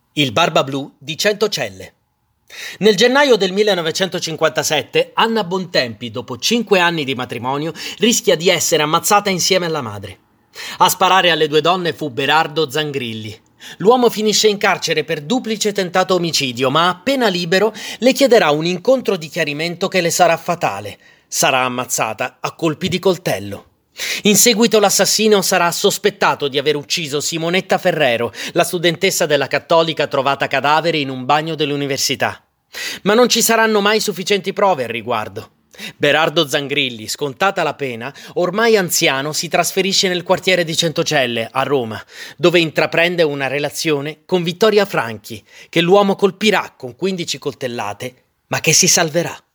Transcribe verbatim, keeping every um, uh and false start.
Il Barbablù di Centocelle. Nel gennaio del millenovecentocinquantasette, Anna Bontempi, dopo cinque anni di matrimonio, rischia di essere ammazzata insieme alla madre. A sparare alle due donne fu Berardo Zangrilli. L'uomo finisce in carcere per duplice tentato omicidio, ma appena libero le chiederà un incontro di chiarimento che le sarà fatale. Sarà ammazzata a colpi di coltello. In seguito l'assassino sarà sospettato di aver ucciso Simonetta Ferrero, la studentessa della Cattolica trovata cadavere in un bagno dell'università. Ma non ci saranno mai sufficienti prove al riguardo. Berardo Zangrilli, scontata la pena, ormai anziano, si trasferisce nel quartiere di Centocelle, a Roma, dove intraprende una relazione con Vittoria Franchi, che l'uomo colpirà con quindici coltellate, ma che si salverà.